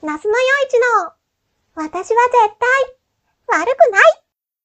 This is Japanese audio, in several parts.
那須野陽一の私は絶対悪くない。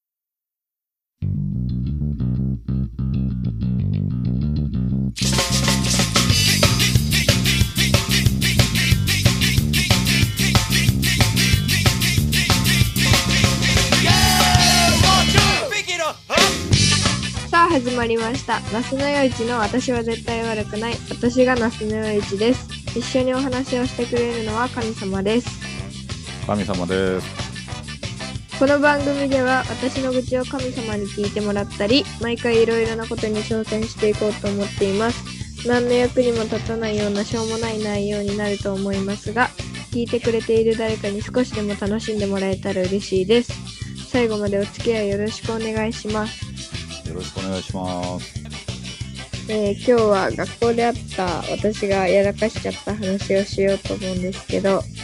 さあ始まりました。那須野陽一の私は絶対悪くない。私が那須野陽一です。一緒にお話をしてくれるのは神様です。 神様です。 この番組では私の愚痴を神様に聞いてもらったり、毎回いろいろなことに挑戦していこうと思っています。何の役にも立たないようなしょうもない内容になると思いますが、聞いてくれている誰かに少しでも楽しんでもらえたら嬉しいです。最後までお付き合いよろしくお願いします。 よろしくお願いします。 今日は学校であった私がやらかしちゃった話をしようと思うんですけど、 はい。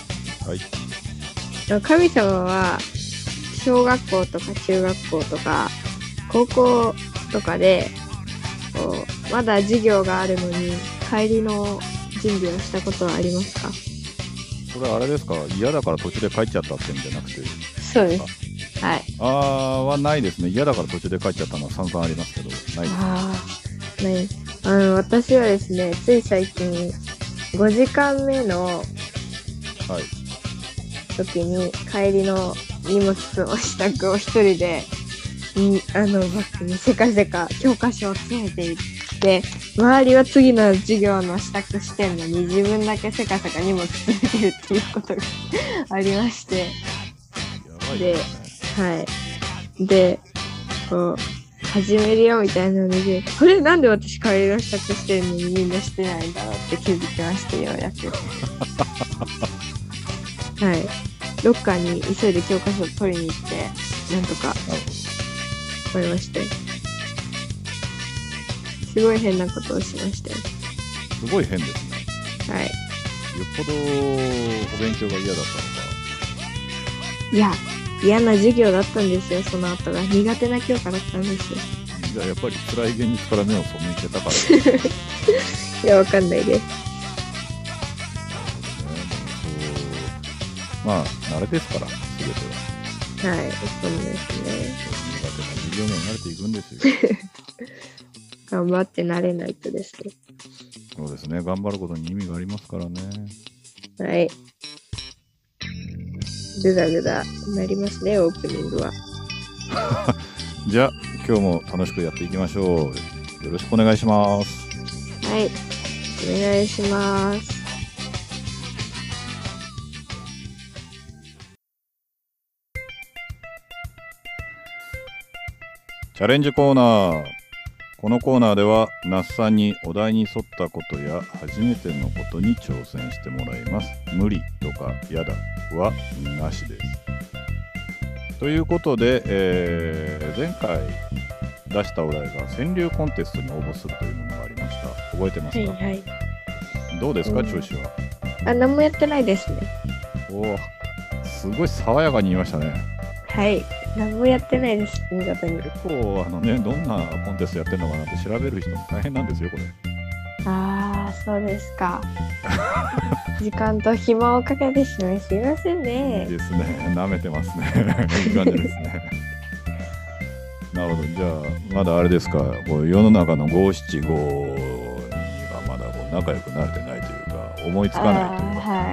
神様は小学校とか中学校とか高校とかでまだ授業があるのに帰りの準備をしたことはありますか？ それはあれですか、嫌だから途中で帰っちゃったってんじゃなくて。 そうです。はい。 はないですね。嫌だから途中で帰っちゃったのは散々ありますけど、ないです。 ない。私はですね、つい最近5時間目の時に帰りの荷物の支度を一人でバッグにせかせか教科書を詰めていって、周りは次の授業の支度してんのに自分だけせかせか荷物詰めてるっていうことがありまして、で、はい。で、始めるよみたいなので、これなんで私帰りの支度してるのにみんなしてないんだろうって気づきまして、ようやく。はい。ロッカーに急いで教科書を取りに行って、なんとか終えまして。すごい変なことをしましたよ。 すごい変ですね。 はい。 よっぽどお勉強が嫌だったのか。 いや、嫌な授業だったんですよ、その後が。苦手な教科だったんですよ。 じゃあやっぱり辛い現実から目を背けたから。 いや、わかんないです。 まあ、慣れですから、すべては。はい、そうですね。 苦手な授業には慣れていくんですよ。 頑張って慣れないとですね。 そうですね、頑張ることに意味がありますからね。 はい。ぐだぐだなりますね、オープニングは。 じゃあ、今日も楽しくやっていきましょう。よろしくお願いします。 はい、お願いします。 チャレンジコーナー。このコーナーでは那須さんにお題に沿ったことや初めてのことに挑戦してもらいます。無理とかやだはなしです。ということで、前回出したお題が川柳コンテストに応募するというものがありました。覚えてますか？ はいはい。 どうですか、調子は。 何もやってないですね。 すごい爽やかに言いましたね。 はい、何もやってないです、新潟に。 結構どんなコンテストやってるのかなって調べる人も大変なんですよ、これ。 ああ、そうですか。時間と暇をかけてしまいすいませんね。 いいですね。舐めてますね。いい感じですね。なるほど。じゃあ、まだあれですか、こう世の中の五七五にはまだ仲良くなれてないというか、思いつかないというか。 はい。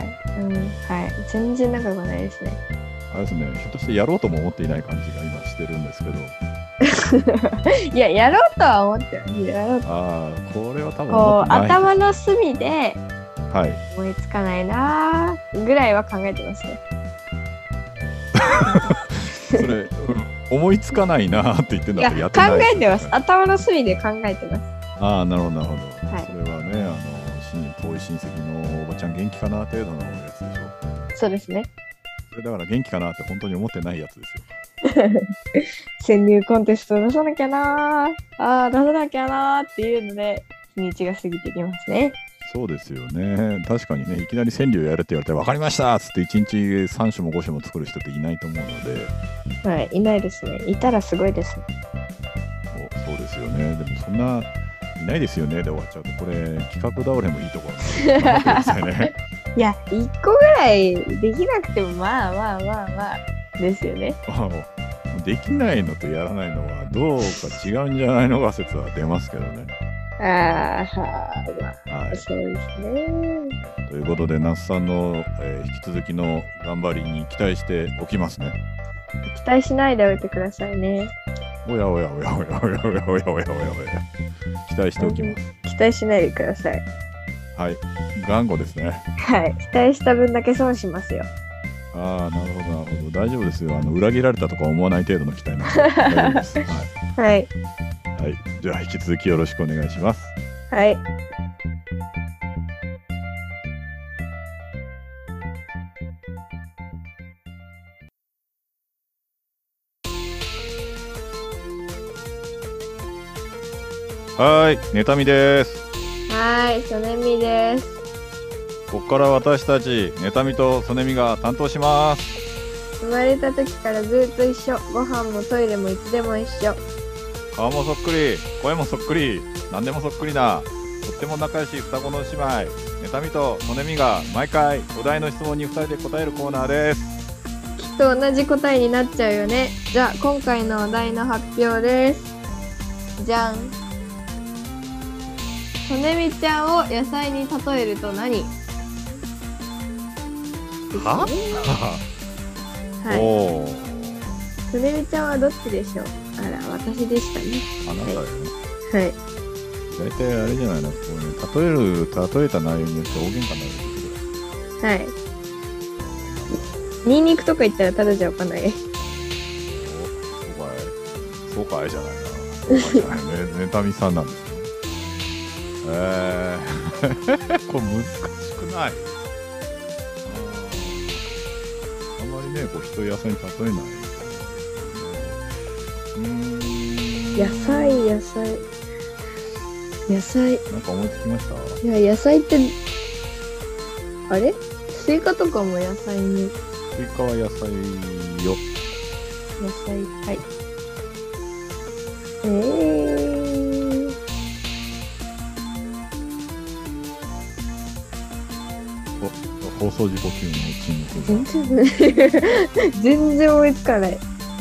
はい。全然仲良くないですね。 あれですね、ひょっとしてやろうとも思っていない感じが今してるんですけど。 いや、やろうとは思ってる。やろうと。 これは多分思ってない。 頭の隅で、 はい。 思いつかないなぐらいは考えてますね。 それ、思いつかないなって言ってんだったらやってない考えてます。頭の隅で考えてます。 なるほど、なるほど。 はい、 それはね、遠い親戚のおばちゃん元気かな程度のやつでしょ。 そうですね。 それだから元気かなって本当に思ってないやつですよ。 川柳コンテスト出さなきゃな出さなきゃなっていうので日にちが過ぎてきますね。 そうですよね。確かにね、いきなり川柳やるって言われて分かりましたっつって1日3首も5首も作る人っていないと思うので。 はい、いないですね。いたらすごいですね。 そうですよね。でもそんないないですよねで終わっちゃうと、これ企画倒れもいいところなんですよね。 いや、一個ぐらいできなくてもまあまあまあまあですよね。 できないのとやらないのはどうか違うんじゃないのか説は出ますけどね。 ああ、まあ、 はい。 そうですね。 ということで、那須さんの、引き続きの頑張りに期待しておきますね。 期待しないでおいてくださいね。 おやおやおやおやおやおやおやおやおや期待しておきます。 期待しないでください。 はい。頑固ですね。 はい。期待した分だけ損しますよ。 ああ、なるほど、なるほど。大丈夫ですよ。裏切られたとか思わない程度の期待なんで大丈夫です。はい。 はい。 はい。じゃあ、引き続きよろしくお願いします。 はい。 はーい。妬みです。 はい、ソネミです。 ここから私たち、妬みとソネミが担当します。 生まれた時からずっと一緒。ご飯もトイレもいつでも一緒。 顔もそっくり、声もそっくり、何でもそっくりな、とっても仲良し双子の姉妹、妬みとソネミが毎回お題の質問に2人で答えるコーナーです。 きっと同じ答えになっちゃうよね。じゃあ、今回のお題の発表です。じゃん。ソネミちゃんを野菜に例えると何？ ははい。 おー、 ソネミちゃんはどっちでしょう？あら、私でしたね。 あなたよね。 はい。 大体あれじゃないの、こうね、例えた内容によって大喧嘩になるってこはい。ニンニクとか言ったらただじゃおかない。 とだ。そうかいじゃないな。そうかいじゃないね。妬みさんなんですね。これ難しくない？あんまりね、こう人野菜に例えない。 野菜。 なんか思いつきました？ いや、野菜って、あれ？スイカとかも野菜に。 スイカは野菜よ。 野菜、はい。 放送事故級の沈黙が。 全然思いつかない。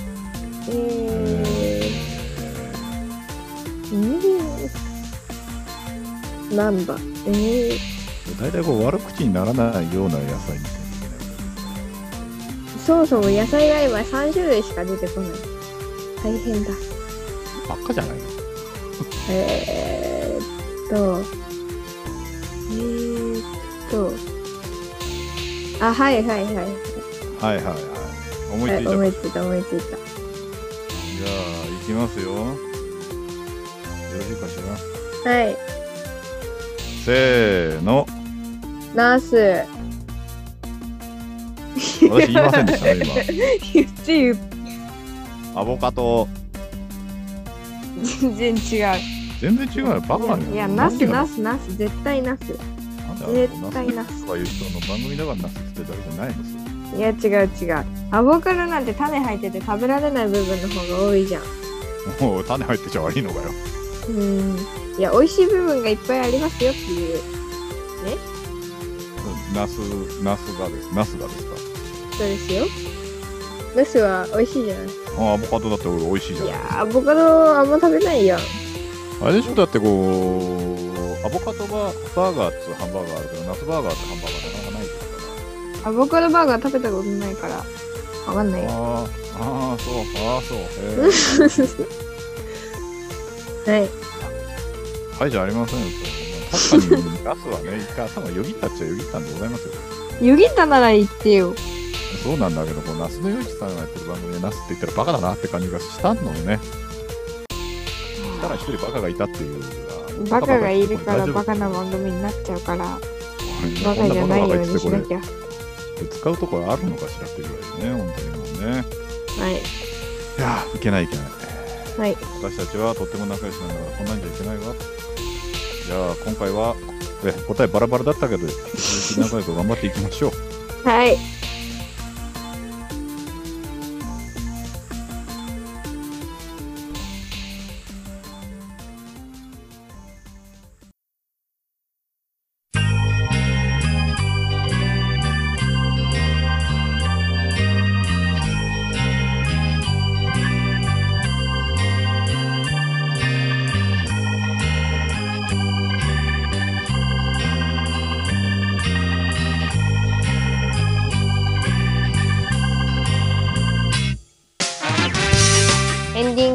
なんだ。 大体こう悪口にならないような野菜にしなきゃいけないわけですね。 そもそも野菜が今3種類しか出てこない。大変だ。 ばっかじゃないの？ あ、はいはいはい。 はいはいはい。思いついた。 思いついた。 じゃあ、いきますよ。よろしいかしら？ はい。 せーの。 ナス。 私言いませんでしたね、 言って。 今。アボカド。 全然違う。 全然違うよ。バカなんよ。 いや、ナス。絶対ナス。 なんで絶対ナスとかいう人の番組だからナスって言ってるわけじゃないんですよ。 いや、違う。アボカドなんて種入ってて食べられない部分の方が多いじゃん。 もう種入ってちゃ悪いのかよ。 いや、美味しい部分がいっぱいありますよっていう。ね。 ナスがですか？ そうですよ。ナスは美味しいじゃない。 アボカドだって美味しいじゃない。 いや、アボカドあんま食べないやん。 あれでしょ、だってこうアボカドバーガーっていうハンバーガーあるけど、ナスバーガーってハンバーガーなかなかないですかアボカドバーガー食べたことないからわかんないよ。 そうはいはいじゃありませんよ。確かにナスはね、一回頭よぎったっちゃよぎったんでございますよ。 よぎったなら言ってよ。 そうなんだけど、こうナスのようちさんがやってる番組でナスって言ったらバカだなって感じがしたのね。したら一人バカがいたっていう。 バカがいるからバカな番組になっちゃうから、バカじゃないようにしなきゃ。 使うところあるのかしらっていうぐらいね、本当にもうね。 はい。 いやー、いけない。 はい。 私たちはとっても仲良しなんだから、こんなんじゃいけないわ。じゃあ、今回は答えバラバラだったけど、引き続き仲良く頑張っていきましょう。 はい。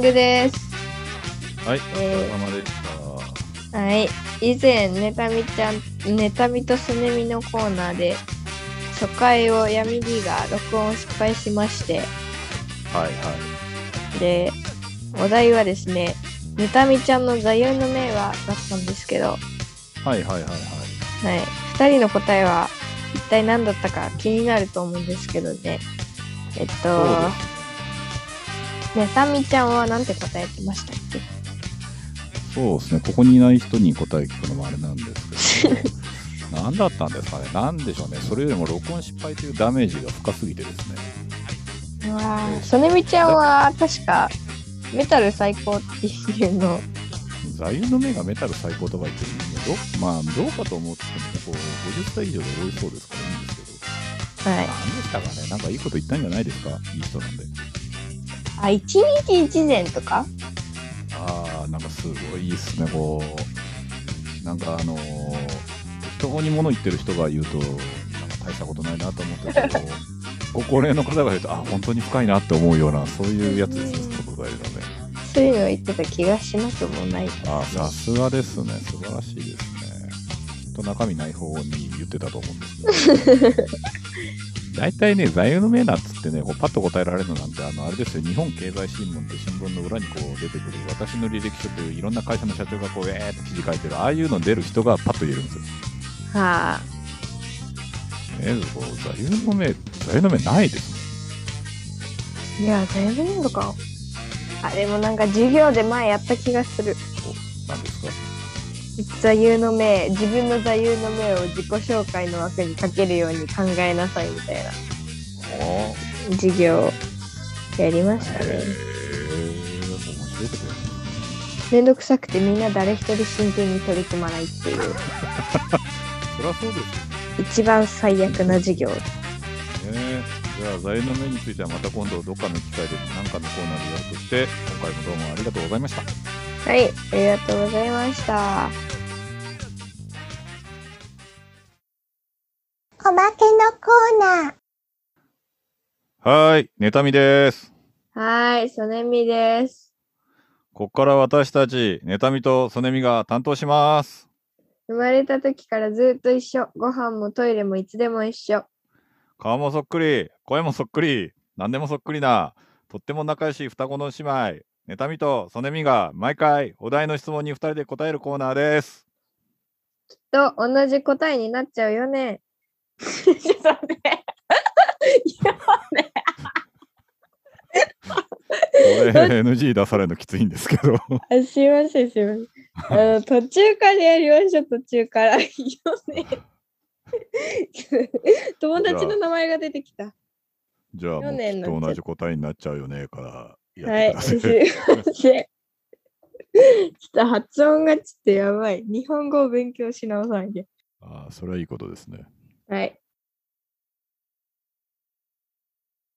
です。 はい、お疲れ様でした。 はい。以前、ネタミとスネミのコーナーで、初回をヤミ D が録音失敗しまして、 はいはで、お題はですね、ネタミちゃんの座右の銘はだったんですけど、 い。はいはいはいはい。 はい。二人の答えは一体何だったか気になると思うんですけどね。 そうです。 ネタミちゃんは何て答えてましたっけ？ そうですね、ここにいない人に答え聞くのもあれなんですけど、何だったんですかね、なんでしょうね、それよりも録音失敗というダメージが深すぎてですね。 うわぁ、ソネミちゃんは確かメタル最高っていうの。 座右の銘がメタル最高とか言ってるんですけど、まあどうかと思っても、こう50歳以上で多いそうですからいいんですけど、 はい。 何でしたかね、なんかいいこと言ったんじゃないですか、いい人なんで。 あ、一日一善とか？ ああ、なんかすごいいいっすね、こう、なんか人に物言ってる人が言うと、なんか大したことないなと思ってけど、ご高齢の方が言うと、あ、本当に深いなって思うような、そういうやつですね、そのことがいるので。 そういうのを言ってた気がしなくもないですね。 ああ、さすがですね、素晴らしいですね。きっと中身ない方に言ってたと思うんですけど。大体ね、座右の銘なんつってね、こうパッと答えられるのなんて、あれですよ、日本経済新聞って新聞の裏にこう出てくる、私の履歴書といういろんな会社の社長がこう、って記事書いてる、ああいうの出る人がパッと言えるんですよ。 はあ。 こう座右の銘ないですね。 いや、座右の銘とか。あ、でもなんか授業で前やった気がする。 何ですか？ 座右の銘、自分の座右の銘を自己紹介の枠にかけるように考えなさいみたいな授業やりましたね。 面白いことやね。 めんどくさくてみんな誰一人真剣に取り組まないっていうそりゃそうですよ。 一番最悪な授業。 じゃあ座右の銘についてはまた今度どっかの機会で何かのコーナーでやるとして、今回もどうもありがとうございました。 はい、ありがとうございました。 おまけのコーナー。 はーい、ネタミです。 はーい、ソネミです。 こっから私たち、ネタミとソネミが担当します。 生まれた時からずっと一緒。ご飯もトイレもいつでも一緒。 顔もそっくり、声もそっくり、何でもそっくりな、とっても仲良し双子の姉妹、ネタミとソネミが毎回お題の質問に2人で答えるコーナーです。 と同じ答えになっちゃうよね。ちょっと待って。 これ NG 出されるのきついんですけど。 すいません、すいません。途中からやりましょう、途中から。よね。友達の名前が出てきた。 じゃあもうきっと同じ答えになっちゃうよねからやってください。はい、すいません。ちょっと発音がちょっとやばい。日本語を勉強し直さなきゃ。 ああ、それはいいことですね。 はい。